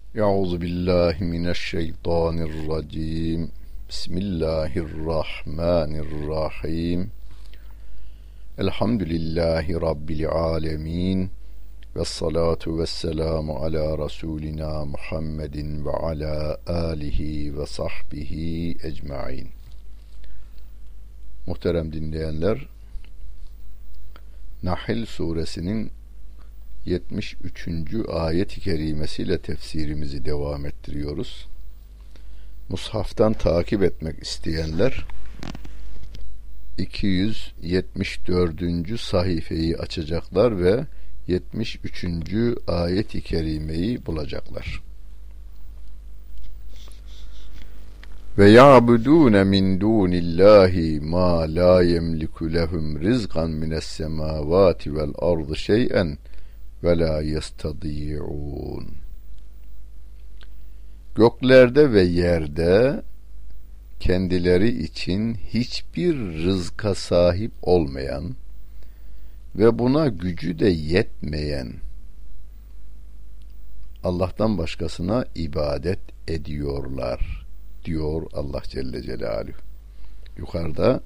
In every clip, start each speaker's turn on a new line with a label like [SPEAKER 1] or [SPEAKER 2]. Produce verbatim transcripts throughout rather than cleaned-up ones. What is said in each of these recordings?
[SPEAKER 1] Euzu billahi mineşşeytanirracim. Bismillahirrahmanirrahim. Elhamdülillahi rabbil alamin. Ves salatu vesselamu ala rasulina Muhammedin ve ala alihi ve sahbihi ecmaîn. Muhterem dinleyenler, Nahl suresinin yetmiş üçüncü ayet-i kerimesiyle tefsirimizi devam ettiriyoruz. Mushaftan takip etmek isteyenler iki yüz yetmiş dördüncü sayfayı açacaklar ve yetmiş üçüncü ayet-i kerimeyi bulacaklar. Ve ya'budun min dunillahi ma la yemliku lehum rizqan mine's semavati vel ardı şey'en ve la yestadi'un. Göklerde ve yerde kendileri için hiçbir rızka sahip olmayan ve buna gücü de yetmeyen Allah'tan başkasına ibadet ediyorlar diyor Allah Celle Celaluhu. Yukarıda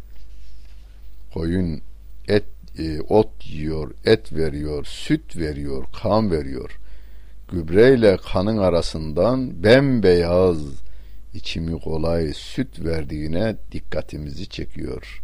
[SPEAKER 1] koyun et e, ot yiyor, et veriyor, süt veriyor, kan veriyor. Gübreyle kanın arasından bembeyaz, içimi kolay süt verdiğine dikkatimizi çekiyor.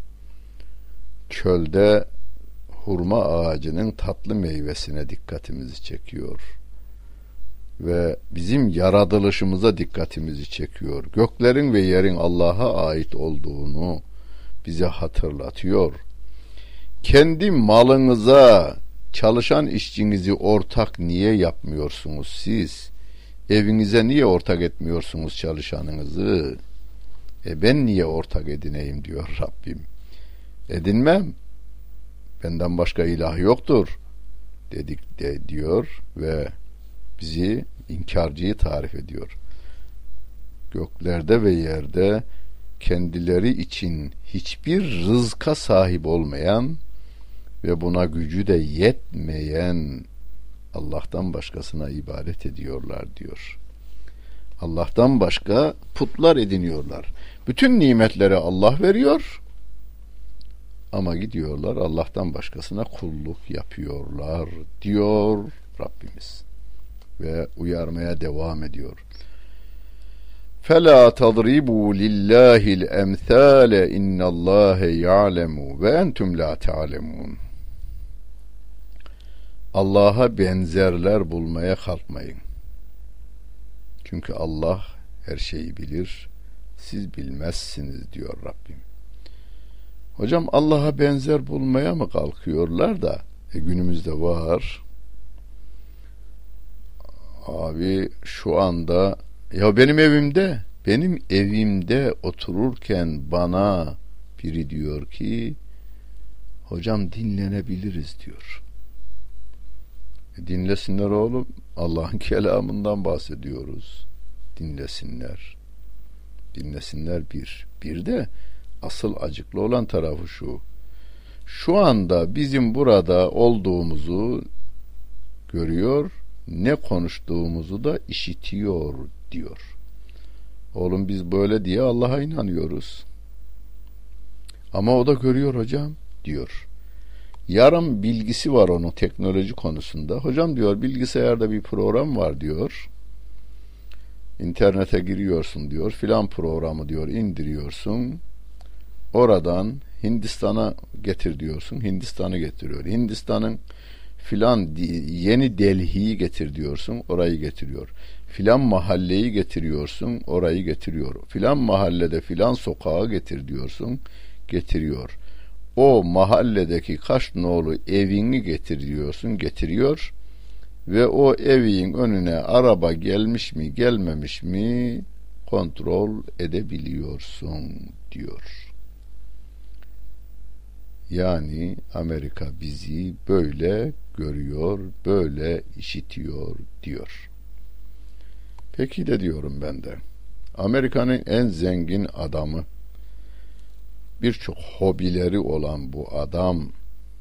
[SPEAKER 1] Çölde hurma ağacının tatlı meyvesine dikkatimizi çekiyor. Ve bizim yaratılışımıza dikkatimizi çekiyor. Göklerin ve yerin Allah'a ait olduğunu bize hatırlatıyor. Kendi malınıza, çalışan işçinizi ortak niye yapmıyorsunuz siz? Evinize niye ortak etmiyorsunuz çalışanınızı? E ben niye ortak edineyim diyor Rabbim. Edinmem. Benden başka ilah yoktur dedik de diyor ve bizi inkarcıyı tarif ediyor. Göklerde ve yerde kendileri için hiçbir rızka sahip olmayan ve buna gücü de yetmeyen Allah'tan başkasına ibadet ediyorlar diyor. Allah'tan başka putlar ediniyorlar. Bütün nimetleri Allah veriyor ama gidiyorlar Allah'tan başkasına kulluk yapıyorlar diyor Rabbimiz. Ve uyarmaya devam ediyor. فَلَا تَضْرِبُوا لِلّٰهِ الْاَمْثَالَ اِنَّ اللّٰهَ يَعْلَمُ وَاَنْتُمْ لَا تَعْلَمُونَ. Allah'a benzerler bulmaya kalkmayın. Çünkü Allah her şeyi bilir, siz bilmezsiniz diyor Rabbim. Hocam Allah'a benzer bulmaya mı kalkıyorlar da e, günümüzde var. Abi şu anda ya benim evimde benim evimde otururken bana biri diyor ki hocam dinlenebiliriz diyor. E dinlesinler oğlum, Allah'ın kelamından bahsediyoruz. Dinlesinler. Dinlesinler bir. Bir de asıl acıklı olan tarafı şu. Şu anda bizim burada olduğumuzu görüyor, ne konuştuğumuzu da işitiyor diyor. Oğlum biz böyle diye Allah'a inanıyoruz. Ama o da görüyor hocam diyor. Yarım bilgisi var onun teknoloji konusunda. Hocam diyor bilgisayarda bir program var diyor. İnternete giriyorsun diyor. Filan programı diyor indiriyorsun. Oradan Hindistan'a getir diyorsun. Hindistan'ı getiriyor. Hindistan'ın filan Yeni Delhi'yi getir diyorsun. Orayı getiriyor. Filan mahalleyi getiriyorsun. Orayı getiriyor. Filan mahallede filan sokağı getir diyorsun. Getiriyor. O mahalledeki kaç nolu evini getir diyorsun. Getiriyor. Ve o evin önüne araba gelmiş mi gelmemiş mi kontrol edebiliyorsun diyor. Yani Amerika bizi böyle görüyor, böyle işitiyor diyor. Peki de diyorum ben de. Amerika'nın en zengin adamı, birçok hobileri olan bu adam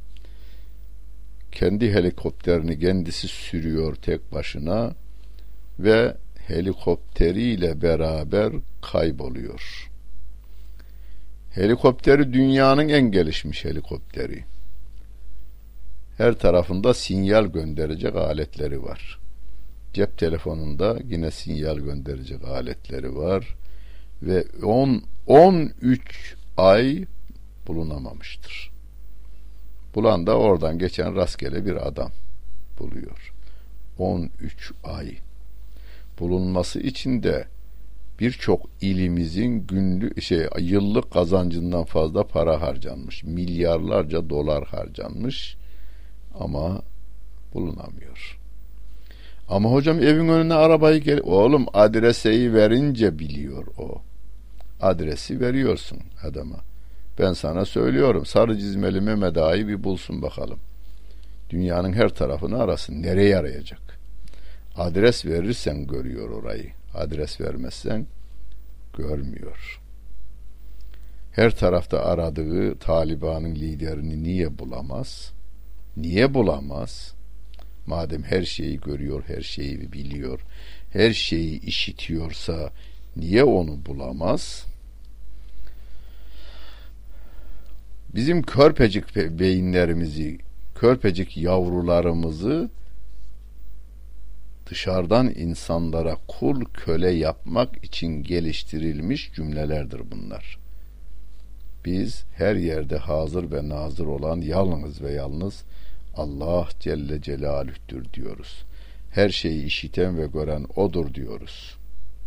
[SPEAKER 1] kendi helikopterini kendisi sürüyor tek başına. ve helikopteriyle beraber kayboluyor. Helikopteri dünyanın en gelişmiş helikopteri. Her tarafında sinyal gönderecek aletleri var. Cep telefonunda yine sinyal gönderecek aletleri var ve on üç ay bulunamamıştır. Bulan da oradan geçen rastgele bir adam buluyor. on üç ay bulunması için de birçok ilimizin günlük şey yıllık kazancından fazla para harcanmış. Milyarlarca dolar harcanmış ama bulunamıyor. Ama hocam evin önüne arabayı gel, oğlum adreseyi verince biliyor o. Adresi veriyorsun adama. Ben sana söylüyorum, sarı cizmeli Mehmet Ağa'yı bir bulsun bakalım. Dünyanın her tarafını arasın. Nereye arayacak? Adres verirsen görüyor orayı. Adres vermezsen görmüyor. Her tarafta aradığı Taliban'ın liderini niye bulamaz? Niye bulamaz? Madem her şeyi görüyor, her şeyi biliyor, her şeyi işitiyorsa niye onu bulamaz? Bizim körpecik beyinlerimizi, körpecik yavrularımızı dışarıdan insanlara kul köle yapmak için geliştirilmiş cümlelerdir bunlar. Biz her yerde hazır ve nazır olan yalnız ve yalnız Allah Celle Celaluh'tür diyoruz. Her şeyi işiten ve gören O'dur diyoruz.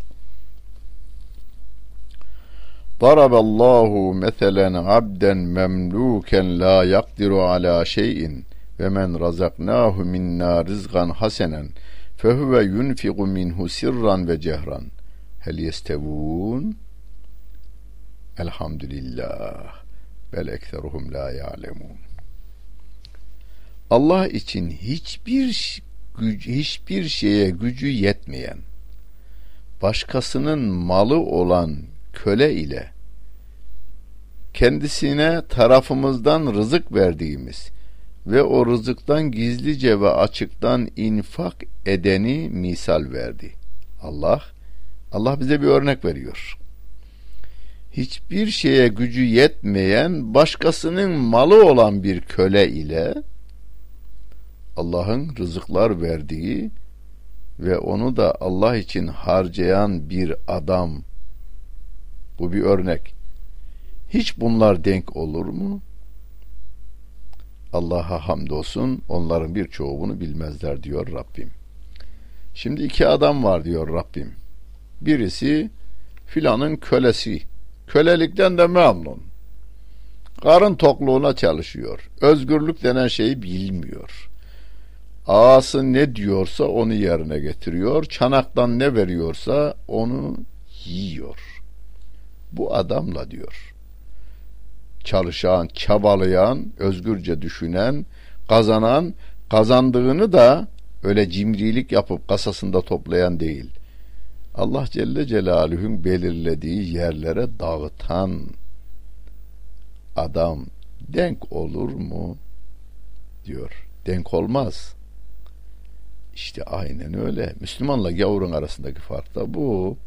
[SPEAKER 1] Daraballahu meselen abden memluken la yakdiru ala şeyin ve men razaknahu minna rizqan hasenen fehuve yunfiqu minhu sirran ve cehran hel yestevun elhamdülillah bel ekseruhum la ya'lemun. Allah için hiçbir gücü, hiçbir şeye gücü yetmeyen, başkasının malı olan köle ile kendisine tarafımızdan rızık verdiğimiz ve o rızıktan gizlice ve açıktan infak edeni misal verdi. Allah, Allah bize bir örnek veriyor. Hiçbir şeye gücü yetmeyen, başkasının malı olan bir köle ile Allah'ın rızıklar verdiği ve onu da Allah için harcayan bir adam. Bu bir örnek. Hiç bunlar denk olur mu? Allah'a hamdolsun, onların birçoğu bunu bilmezler diyor Rabbim. Şimdi iki adam var diyor Rabbim. Birisi filanın kölesi. Kölelikten de memnun. Karın tokluğuna çalışıyor. Özgürlük denen şeyi bilmiyor. Ağası ne diyorsa onu yerine getiriyor. Çanaktan ne veriyorsa onu yiyor. Bu adamla diyor, çalışan, çabalayan, özgürce düşünen, kazanan, kazandığını da öyle cimrilik yapıp kasasında toplayan değil. Allah Celle Celaluhu'nun belirlediği yerlere dağıtan adam denk olur mu? Diyor. Denk olmaz. İşte aynen öyle. Müslümanla gavurun arasındaki fark da bu.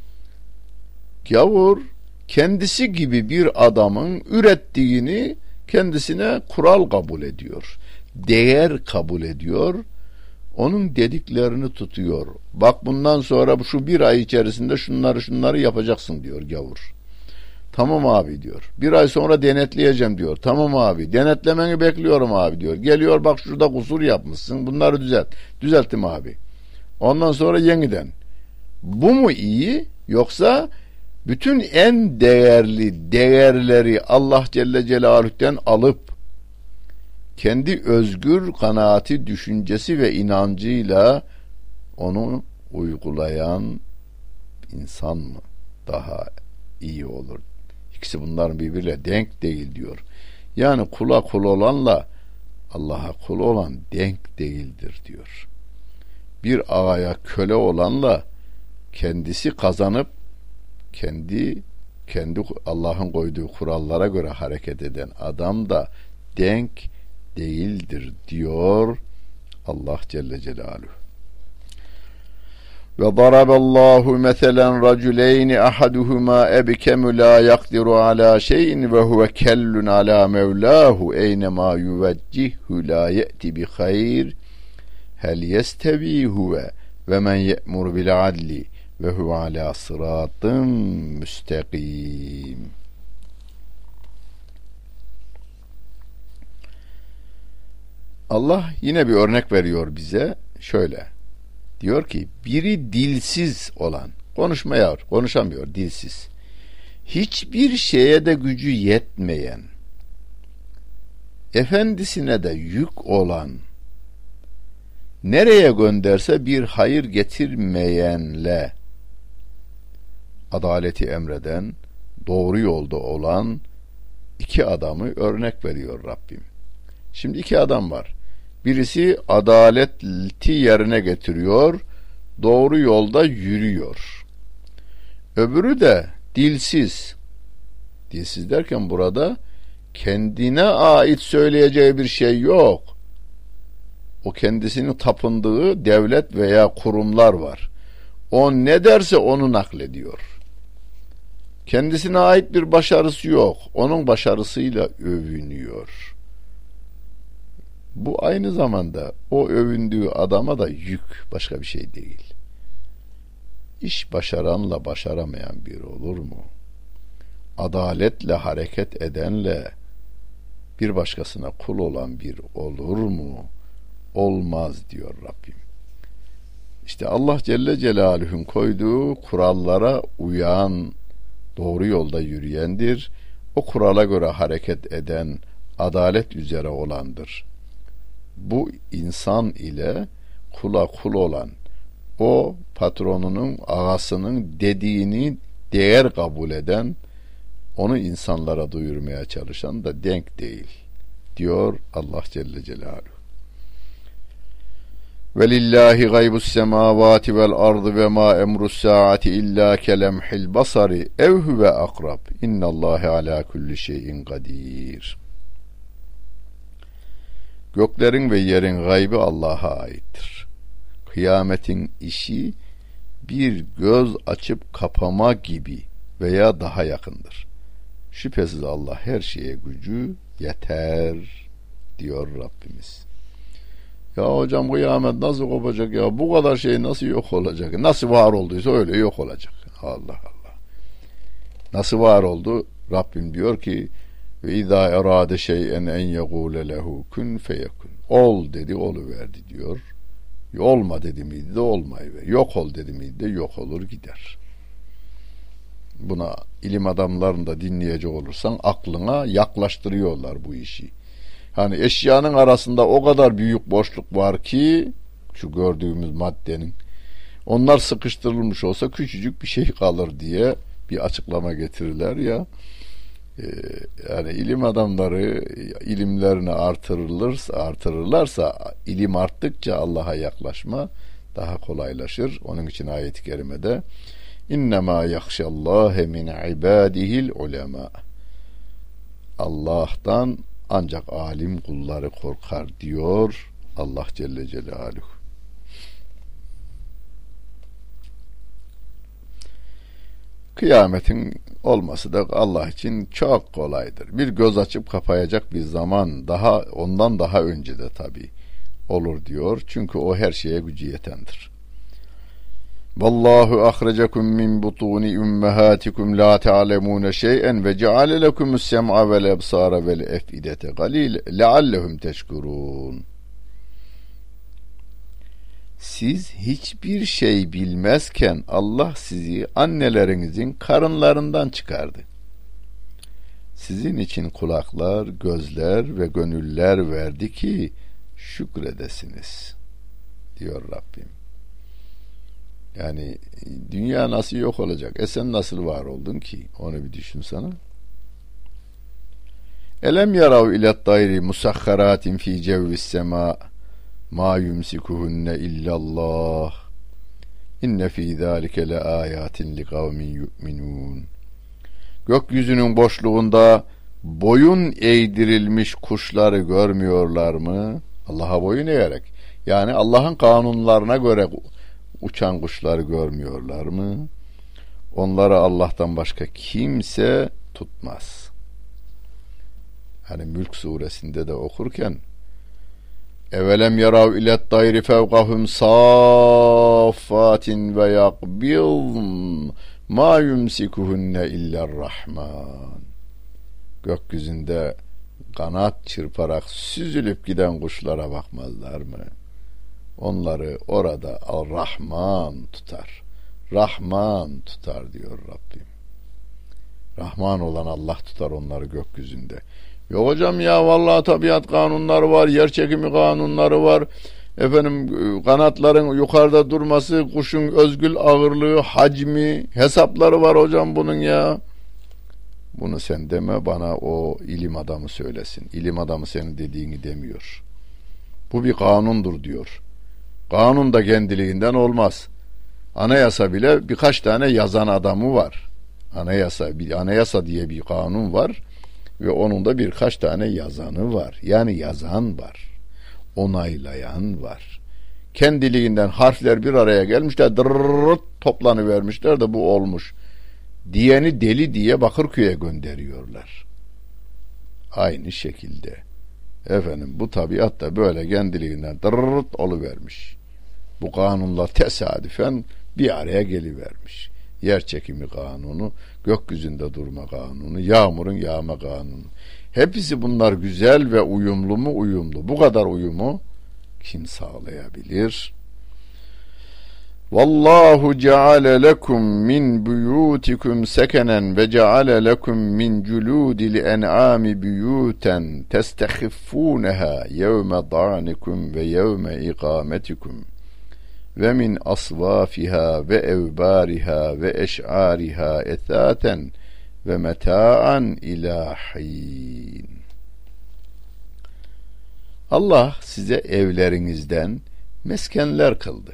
[SPEAKER 1] Gavur kendisi gibi bir adamın ürettiğini kendisine kural kabul ediyor. Değer kabul ediyor. Onun dediklerini tutuyor. Bak bundan sonra şu bir ay içerisinde şunları şunları yapacaksın diyor gavur. Tamam abi diyor. Bir ay sonra denetleyeceğim diyor. Tamam abi. Denetlemeni bekliyorum abi diyor. Geliyor bak şurada kusur yapmışsın. Bunları düzelt. Düzelttim abi. Ondan sonra yeniden. Bu mu iyi? Yoksa bütün en değerli değerleri Allah Celle Celaluhu'dan alıp kendi özgür kanaati, düşüncesi ve inancıyla onu uygulayan insan mı daha iyi olur? İkisi bunların birbiriyle denk değil diyor. Yani kula kul olanla Allah'a kul olan denk değildir diyor. Bir ağaya köle olanla kendisi kazanıp kendi kendi Allah'ın koyduğu kurallara göre hareket eden adam da denk değildir diyor Allah Celle Celaluhu. Ve daraballahu meselen raculeyni ahaduhuma ebkemu la yakdiru ala şeyin ve huve kellun ala mevlahu eynema yuveccihhu la ye'ti bi hayr hel yestevi huve ve men ye'mur bil adli ve huve ala sıratın müstakim. Allah yine bir örnek veriyor bize. Şöyle diyor ki, biri dilsiz olan, konuşmuyor, konuşamıyor, dilsiz, hiçbir şeye de gücü yetmeyen, efendisine de yük olan, nereye gönderse bir hayır getirmeyenle adaleti emreden, doğru yolda olan iki adamı örnek veriyor Rabbim. Şimdi iki adam var. Birisi adaleti yerine getiriyor, doğru yolda yürüyor. Öbürü de dilsiz. Dilsiz derken burada kendine ait söyleyeceği bir şey yok. O kendisinin tapındığı devlet veya kurumlar var. O ne derse onu naklediyor. Kendisine ait bir başarısı yok. Onun başarısıyla övünüyor. Bu aynı zamanda o övündüğü adama da yük, başka bir şey değil. İş başaranla başaramayan biri olur mu? Adaletle hareket edenle bir başkasına kul olan bir olur mu? Olmaz diyor Rabbim. İşte Allah Celle Celaluhu'nun koyduğu kurallara uyan, doğru yolda yürüyendir. O kurala göre hareket eden, adalet üzere olandır. Bu insan ile kula kul olan, o patronunun, ağasının dediğini değer kabul eden, onu insanlara duyurmaya çalışan da denk değil diyor Allah Celle Celaluhu. Velillahi gaybus semavati vel ardı ve ma emrus saati illa kelemhil basari ev huve akrab innallahi ala kulli şeyin kadir. Göklerin ve yerin gaybı Allah'a aittir. Kıyametin işi bir göz açıp kapama gibi veya daha yakındır. Şüphesiz Allah her şeye gücü yeter diyor Rabbimiz. Ya hocam kıyamet nasıl kopacak ya? Bu kadar şey nasıl yok olacak? Nasıl var olduysa öyle yok olacak. Allah Allah. Nasıl var oldu? Rabbim diyor ki ve izâ erâde şey'en en yegûle lehu kun feyekun. Ol dedi, oluverdi diyor. Olma dedi miydi de olmayıver. Yok ol dedi miydi de yok olur gider. Buna ilim adamlarını da dinleyecek olursan aklına yaklaştırıyorlar bu işi. Hani eşyanın arasında o kadar büyük boşluk var ki şu gördüğümüz maddenin, onlar sıkıştırılmış olsa küçücük bir şey kalır diye bir açıklama getirirler ya. Ee, yani ilim adamları ilimlerini artırılırsa, artırırlarsa ilim arttıkça Allah'a yaklaşma daha kolaylaşır. Onun için ayet-i kerimede İnnemâ yakşallâhe min ibâdihil ulema. Allah'tan ancak alim kulları korkar diyor Allah Celle Celaluhu. Kıyametin olması da Allah için çok kolaydır. Bir göz açıp kapayacak bir zaman, daha ondan daha önce de tabii olur diyor. Çünkü o her şeye gücü yetendir. Vallahu ahracakum min butuni ummahatikum la ta'lemun şey'en ve ceale lekumus sem'a vel ebsara vel efidete galil leallehum teşkurun. Siz hiçbir şey bilmezken Allah sizi annelerinizin karınlarından çıkardı. Sizin için kulaklar, gözler ve gönüller verdi ki şükredesiniz diyor Rabbim. Yani dünya nasıl yok olacak? E sen nasıl var oldun ki? Onu bir düşünsene. Elem yarav ilet dayri musakharatin fi cevvis sema ma yumsikuhunne illallah inne fi zalike le ayatin li kavmin yu'minun. Gökyüzünün boşluğunda boyun eğdirilmiş kuşları görmüyorlar mı? Allah'a boyun eğerek, yani Allah'ın kanunlarına göre uçan kuşları görmüyorlar mı? Onları Allah'tan başka kimse tutmaz. Hani Mülk suresinde de okurken evelem yarav ilet dayri fevkahum saffatin ve yakbiln ma yumsikuhunne illerrahman. Gökyüzünde kanat çırparak süzülüp giden kuşlara bakmazlar mı? Onları orada Rahman tutar. Rahman tutar diyor Rabbim. Rahman olan Allah tutar onları gökyüzünde. Yok hocam ya vallahi tabiat kanunları var, yer çekimi kanunları var. Efendim kanatların yukarıda durması, kuşun özgül ağırlığı, hacmi, hesapları var hocam bunun ya. Bunu sen deme, bana o ilim adamı söylesin. İlim adamı senin dediğini demiyor. Bu bir kanundur diyor. Kanun da kendiliğinden olmaz. Anayasa bile birkaç tane yazan adamı var. Anayasa, bir anayasa diye bir kanun var ve onun da birkaç tane yazanı var. Yani yazan var. Onaylayan var. Kendiliğinden harfler bir araya gelmişler, dırrrrt toplanıvermişler de bu olmuş. Diyeni deli diye Bakırköy'e gönderiyorlar. Aynı şekilde. Efendim bu tabiat da böyle kendiliğinden dırrrrt oluvermiş. Bu kanunlar tesadüfen bir araya gelivermiş. Yer çekimi kanunu, gökyüzünde durma kanunu, yağmurun yağma kanunu. Hepsi bunlar güzel ve uyumlu mu? Uyumlu. Bu kadar uyumu kim sağlayabilir? Vallahu ceale lekum min buyutikum sekenen ve ceale lekum min culudil en'ami buyuten testehiffuneha yevme da'nikum ve yevme ikametikum ve min asvafiha ve evbariha ve eş'ariha ethaten ve meta'an ilahin. Allah size evlerinizden meskenler kıldı.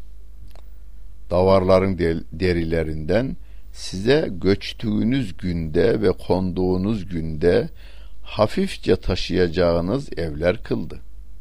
[SPEAKER 1] Davarların derilerinden size göçtüğünüz günde ve konduğunuz günde hafifçe taşıyacağınız evler kıldı.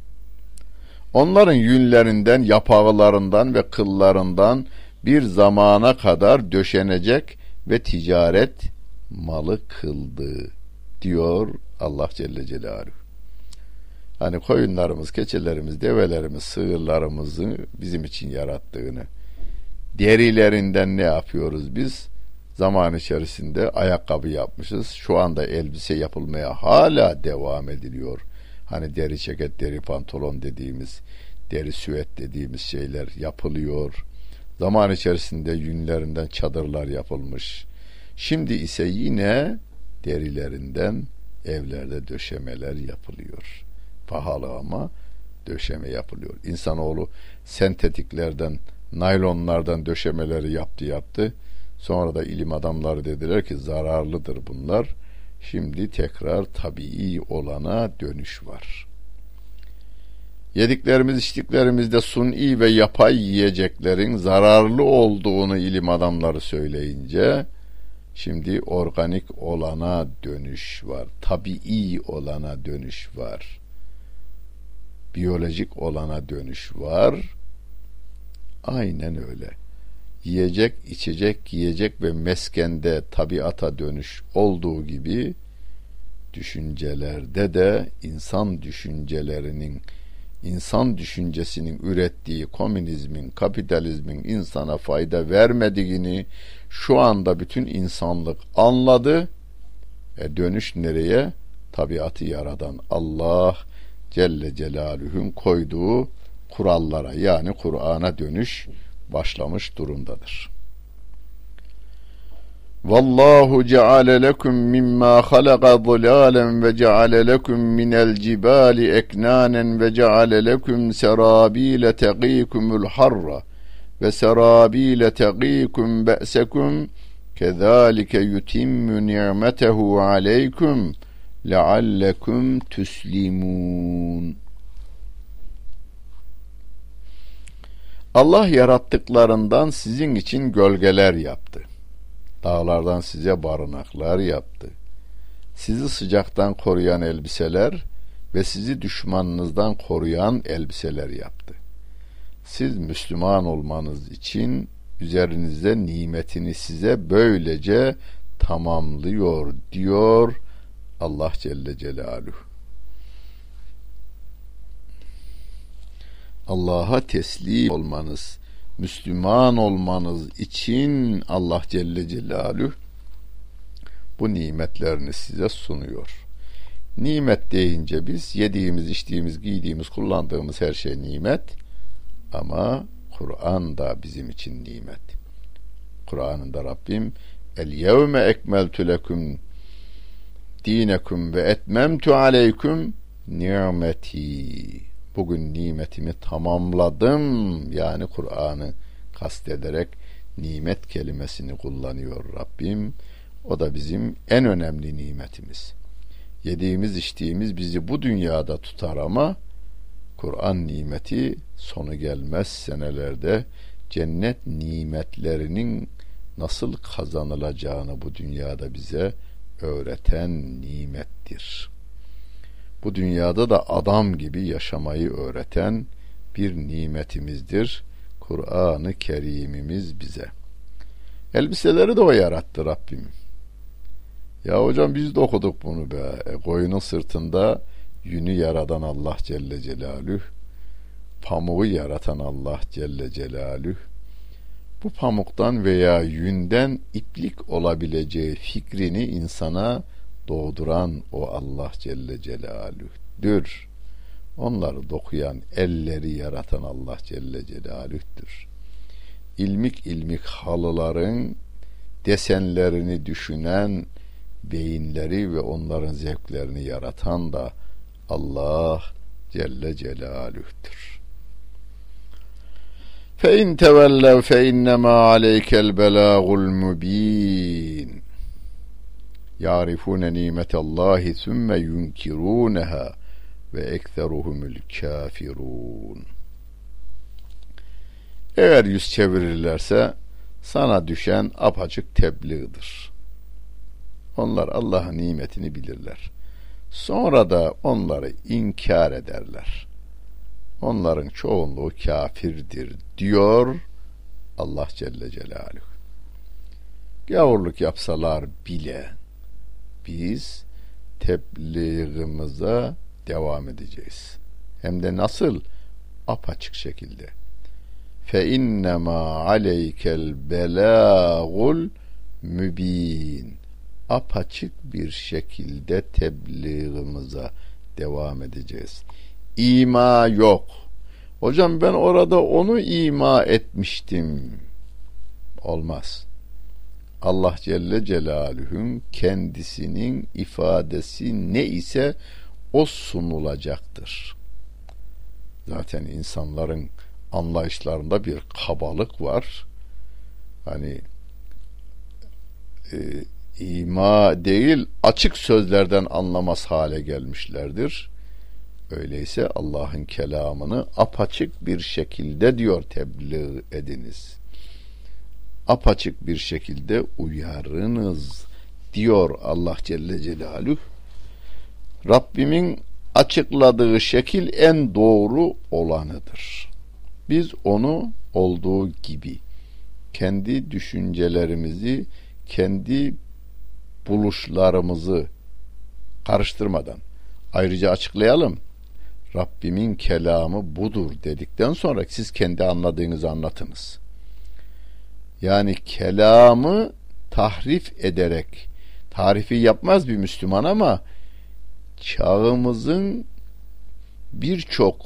[SPEAKER 1] Onların yünlerinden, yapağılarından ve kıllarından bir zamana kadar döşenecek ve ticaret malı kıldı diyor Allah Celle Celaluhu. Hani koyunlarımız, keçilerimiz, develerimiz, sığırlarımızı bizim için yarattığını, derilerinden ne yapıyoruz biz? Zaman içerisinde ayakkabı yapmışız. Şu anda elbise yapılmaya hala devam ediliyor. Hani deri ceket, deri pantolon dediğimiz, deri süet dediğimiz şeyler yapılıyor. Zaman içerisinde yünlerinden çadırlar yapılmış. Şimdi ise yine derilerinden evlerde döşemeler yapılıyor. Pahalı ama döşeme yapılıyor. İnsanoğlu sentetiklerden, naylonlardan döşemeleri yaptı yaptı. Sonra da ilim adamları dediler ki zararlıdır bunlar. Şimdi tekrar tabii olana dönüş var. Yediklerimiz, içtiklerimizde suni ve yapay yiyeceklerin zararlı olduğunu ilim adamları söyleyince şimdi organik olana dönüş var. Tabii olana dönüş var. Biyolojik olana dönüş var. Aynen öyle. Yiyecek, içecek, giyecek ve meskende tabiata dönüş olduğu gibi düşüncelerde de insan düşüncelerinin, insan düşüncesinin ürettiği komünizmin, kapitalizmin insana fayda vermediğini şu anda bütün insanlık anladı. E dönüş nereye? Tabiatı yaradan Allah Celle Celaluhu'nun koyduğu kurallara, yani Kur'an'a dönüş başlamış durumdadır. Vallahu ceale lekum mimma halaka zilalen ve ceale lekum minel cibali eknanen ve ceale lekum serabile teqikumul harra ve serabile teqikum be'sekum kezalike yutimmu ni'metehu aleykum leallekum tuslimun. Allah yarattıklarından sizin için gölgeler yaptı. Dağlardan size barınaklar yaptı. Sizi sıcaktan koruyan elbiseler ve sizi düşmanınızdan koruyan elbiseler yaptı. Siz Müslüman olmanız için üzerinizde nimetini size böylece tamamlıyor diyor Allah Celle Celaluhu. Allah'a teslim olmanız, Müslüman olmanız için Allah Celle Celaluhu bu nimetlerini size sunuyor. Nimet deyince biz yediğimiz, içtiğimiz, giydiğimiz, kullandığımız her şey nimet. Ama Kur'an da bizim için nimet. Kur'an'ında Rabbim El yevme ekmeltu lekum dinekum ve etmemtu aleykum nimeti. Bugün nimetimi tamamladım. Yani Kur'an'ı kastederek nimet kelimesini kullanıyor Rabbim. O da bizim en önemli nimetimiz. Yediğimiz, içtiğimiz bizi bu dünyada tutar ama Kur'an nimeti sonu gelmez senelerde cennet nimetlerinin nasıl kazanılacağını bu dünyada bize öğreten nimettir. Bu dünyada da adam gibi yaşamayı öğreten bir nimetimizdir Kur'an-ı Kerim'imiz bize. Elbiseleri de o yarattı Rabbim. Ya hocam biz de okuduk bunu be. E, koyunun sırtında yünü yaradan Allah Celle Celaluhu, pamuğu yaratan Allah Celle Celaluhu, bu pamuktan veya yünden iplik olabileceği fikrini insana doğduran o Allah Celle Celaluhu'dur. Onları dokuyan elleri yaratan Allah Celle Celaluhu'dur. İlmik ilmik halıların desenlerini düşünen beyinleri ve onların zevklerini yaratan da Allah Celle Celaluhu'dur. Fe in tevellev fe innema aleykel belâgul mubîn. Ya'rifûne nimetallahi sümme yunkirûneha ve ekseruhumul kâfirûn. Eğer yüz çevirirlerse sana düşen apaçık tebliğdir. Onlar Allah'ın nimetini bilirler. Sonra da onları inkar ederler. Onların çoğunluğu kafirdir diyor Allah Celle Celaluhu. Gavurluk yapsalar bile biz tebliğimize devam edeceğiz. Hem de nasıl? Apaçık şekilde. Fe innema aleykel belâgul mübîn. Apaçık bir şekilde tebliğimize devam edeceğiz. İma yok. Hocam ben orada onu ima etmiştim. Olmaz. Allah Celle Celaluhu'nun kendisinin ifadesi ne ise o sunulacaktır. Zaten insanların anlayışlarında bir kabalık var. Hani e, ima değil açık sözlerden anlamaz hale gelmişlerdir. Öyleyse Allah'ın kelamını apaçık bir şekilde diyor tebliğ ediniz. Apaçık bir şekilde uyarınız diyor Allah Celle Celaluhu. Rabbimin açıkladığı şekil en doğru olanıdır. Biz onu olduğu gibi kendi düşüncelerimizi, kendi buluşlarımızı karıştırmadan ayrıca açıklayalım. Rabbimin kelamı budur dedikten sonra siz kendi anladığınızı anlatınız. Yani kelamı tahrif ederek, tarifi yapmaz bir Müslüman ama çağımızın birçok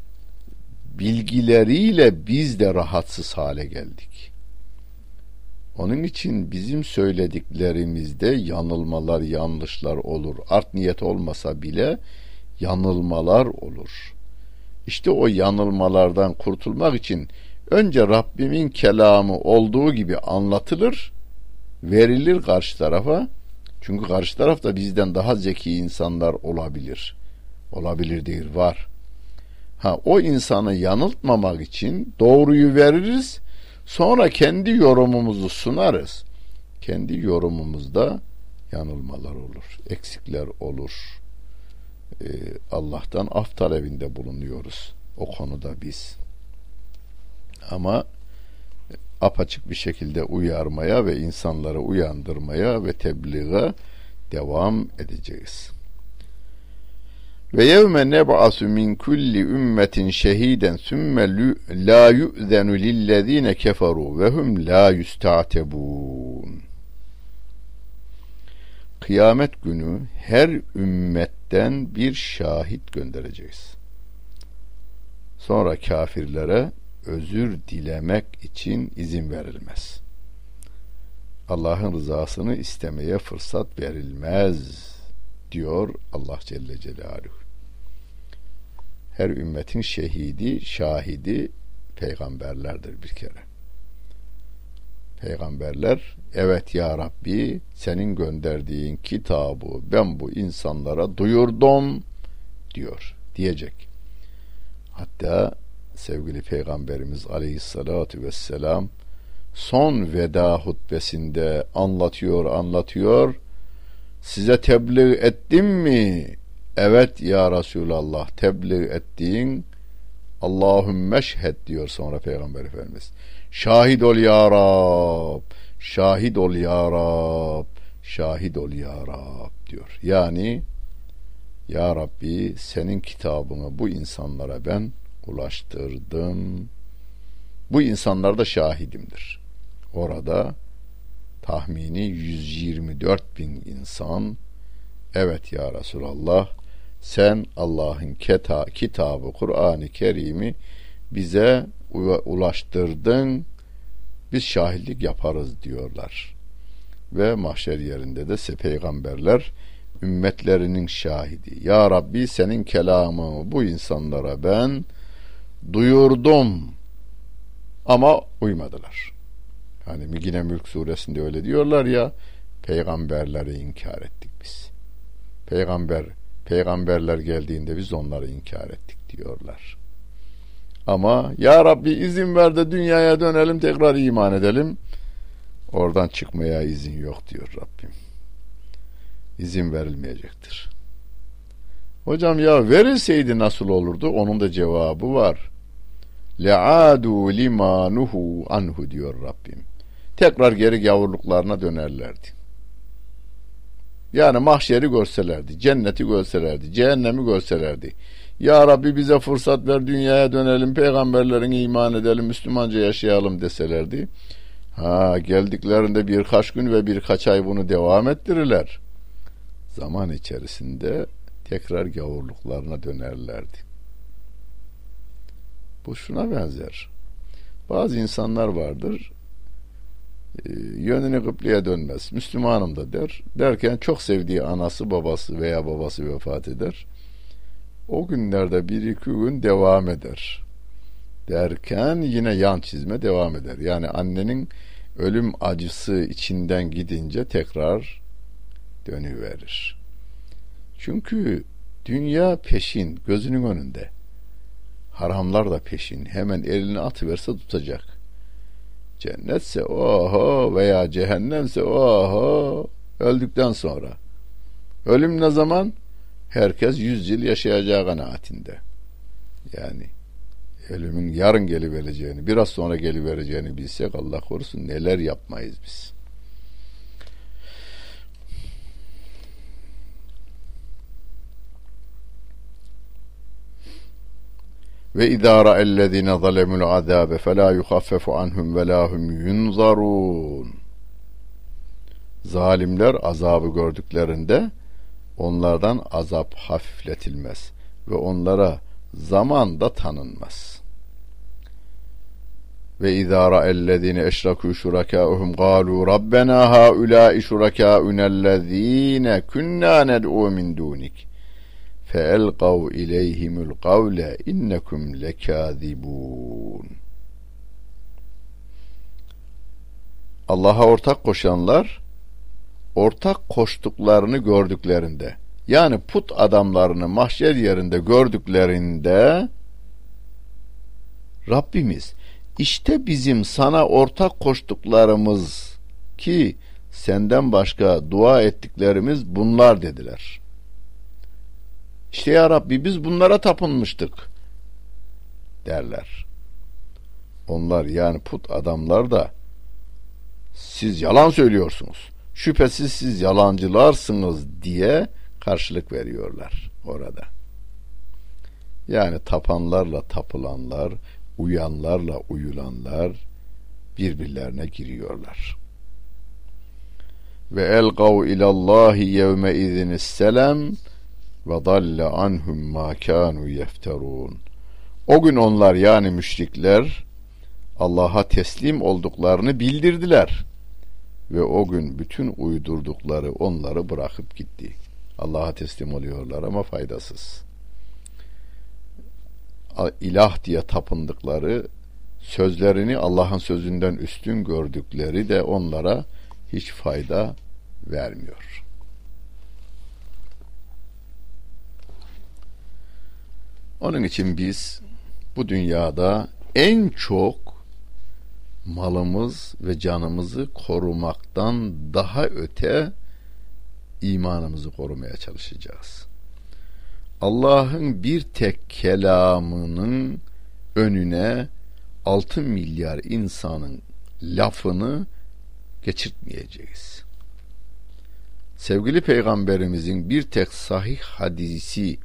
[SPEAKER 1] bilgileriyle biz de rahatsız hale geldik. Onun için bizim söylediklerimizde yanılmalar, yanlışlar olur. Art niyet olmasa bile yanılmalar olur. İşte o yanılmalardan kurtulmak için önce Rabbimin kelamı olduğu gibi anlatılır, verilir karşı tarafa. Çünkü karşı tarafta bizden daha zeki insanlar olabilir. Olabilir değil, var. Ha, o insanı yanıltmamak için doğruyu veririz, sonra kendi yorumumuzu sunarız. Kendi yorumumuzda yanılmalar olur, eksikler olur. Ee, Allah'tan af talebinde bulunuyoruz o konuda biz. Ama apaçık bir şekilde uyarmaya ve insanları uyandırmaya ve tebliğe devam edeceğiz. Ve yevme neb'asu min kulli ümmetin şehiden sümme la yu'zenu lillezine keferu ve hum la yusta'tebun. Kıyamet günü her ümmetten bir şahit göndereceğiz. Sonra kafirlere özür dilemek için izin verilmez. Allah'ın rızasını istemeye fırsat verilmez diyor Allah Celle Celaluhu. Her ümmetin şehidi, şahidi peygamberlerdir bir kere. Peygamberler, evet ya Rabbi, senin gönderdiğin kitabı ben bu insanlara duyurdum diyor, diyecek. Hatta sevgili Peygamberimiz Aleyhissalatu vesselam son veda hutbesinde anlatıyor, anlatıyor. Size tebliğ ettim mi? Evet ya Resulallah, tebliğ ettiğin. Allahümme şhed diyor sonra Peygamber Efendimiz. Şahit ol ya Rab, şahit ol ya Rab, şahit ol ya Rab diyor. Yani ya Rabbi, senin kitabını bu insanlara ben ulaştırdım. Bu insanlar da şahidimdir. Orada tahmini yüz yirmi dört bin insan, evet ya Resulallah, sen Allah'ın kita, kitabı Kur'an-ı Kerim'i bize ulaştırdın, biz şahitlik yaparız diyorlar. Ve mahşer yerinde de peygamberler ümmetlerinin şahidi. Ya Rabbi, senin kelamını bu insanlara ben duyurdum ama uymadılar. Hani yine Mülk suresinde öyle diyorlar ya, peygamberleri inkar ettik biz. Peygamber peygamberler geldiğinde biz onları inkar ettik diyorlar. Ama ya Rabbi izin ver de dünyaya dönelim, tekrar iman edelim. Oradan çıkmaya izin yok diyor Rabbim. İzin verilmeyecektir. Hocam ya verilseydi nasıl olurdu? Onun da cevabı var. Le'adu limanuhu anhu diyor Rabbim. Tekrar geri gavurluklarına dönerlerdi. Yani mahşeri görselerdi, cenneti görselerdi, cehennemi görselerdi. Ya Rabbi bize fırsat ver, dünyaya dönelim, peygamberlerin iman edelim, Müslümanca yaşayalım deselerdi. Ha, geldiklerinde birkaç gün ve birkaç ay bunu devam ettirirler. Zaman içerisinde tekrar gavurluklarına dönerlerdi. Bu şuna benzer. Bazı insanlar vardır, e, yönünü kıbleye dönmez, Müslümanım da der. Derken çok sevdiği anası, babası veya babası vefat eder. O günlerde bir iki gün devam eder. Derken yine yan çizme devam eder. Yani annenin ölüm acısı içinden gidince tekrar dönüverir. Çünkü dünya peşin, gözünün önünde. Haramlar da peşin. Hemen elini atıverse tutacak. Cennetse oho veya cehennemse oho, öldükten sonra. Ölüm ne zaman? Herkes yüz yıl yaşayacağı kanaatinde. Yani ölümün yarın gelivereceğini, biraz sonra gelivereceğini bilsek Allah korusun neler yapmayız biz. Ve izâ ra'ellezîne zalemul azâbe felâ yuhaffefu anhum ve lâ hum yunzarûn. Zalimler azabı gördüklerinde onlardan azap hafifletilmez ve onlara zaman da tanınmaz. Ve izâ ra'ellezîne eşrakû şurakâuhum gâlû rabbenâ hâulâi şurakâunellezîne künnâ ned'û min dûnik فَاَلْقَوْا اِلَيْهِمُ الْقَوْلَ اِنَّكُمْ لَكَاذِبُونَ. Allah'a ortak koşanlar, ortak koştuklarını gördüklerinde, yani put adamlarını mahşer yerinde gördüklerinde, Rabbimiz, işte bizim sana ortak koştuklarımız ki senden başka dua ettiklerimiz bunlar dediler. İşte ya Rabbi biz bunlara tapınmıştık derler. onlar yani put adamlar da siz yalan söylüyorsunuz, şüphesiz siz yalancılarsınız diye karşılık veriyorlar orada. Yani tapanlarla tapılanlar, uyanlarla uyulanlar birbirlerine giriyorlar. Ve elgav ilallahi yevme izini's selam ve dalle anhum ma kanu yefterun. O gün onlar yani müşrikler Allah'a teslim olduklarını bildirdiler ve o gün bütün uydurdukları onları bırakıp gitti. Allah'a teslim oluyorlar ama faydasız. İlah diye tapındıkları, sözlerini Allah'ın sözünden üstün gördükleri de onlara hiç fayda vermiyor. Onun için biz bu dünyada en çok malımız ve canımızı korumaktan daha öte imanımızı korumaya çalışacağız. Allah'ın bir tek kelamının önüne altı milyar insanın lafını geçirtmeyeceğiz. Sevgili Peygamberimizin bir tek sahih hadisi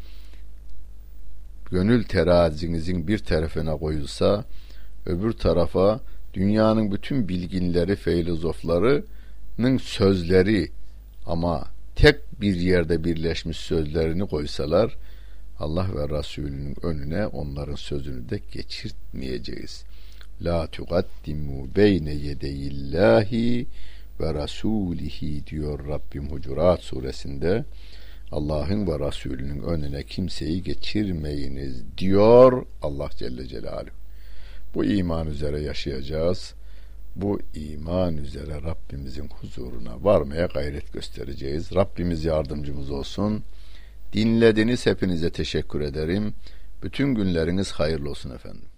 [SPEAKER 1] gönül terazinizin bir tarafına koyulsa, öbür tarafa dünyanın bütün bilginleri, filozoflarının sözleri ama tek bir yerde birleşmiş sözlerini koysalar, Allah ve Resulünün önüne onların sözünü de geçirtmeyeceğiz. La tuqaddimu beyne yedeyillahi ve rasulihi diyor Rabbim Hucurat suresinde. Allah'ın ve Resulünün önüne kimseyi geçirmeyiniz diyor Allah Celle Celaluhu. Bu iman üzere yaşayacağız. Bu iman üzere Rabbimizin huzuruna varmaya gayret göstereceğiz. Rabbimiz yardımcımız olsun. Dinlediniz, hepinize teşekkür ederim. Bütün günleriniz hayırlı olsun efendim.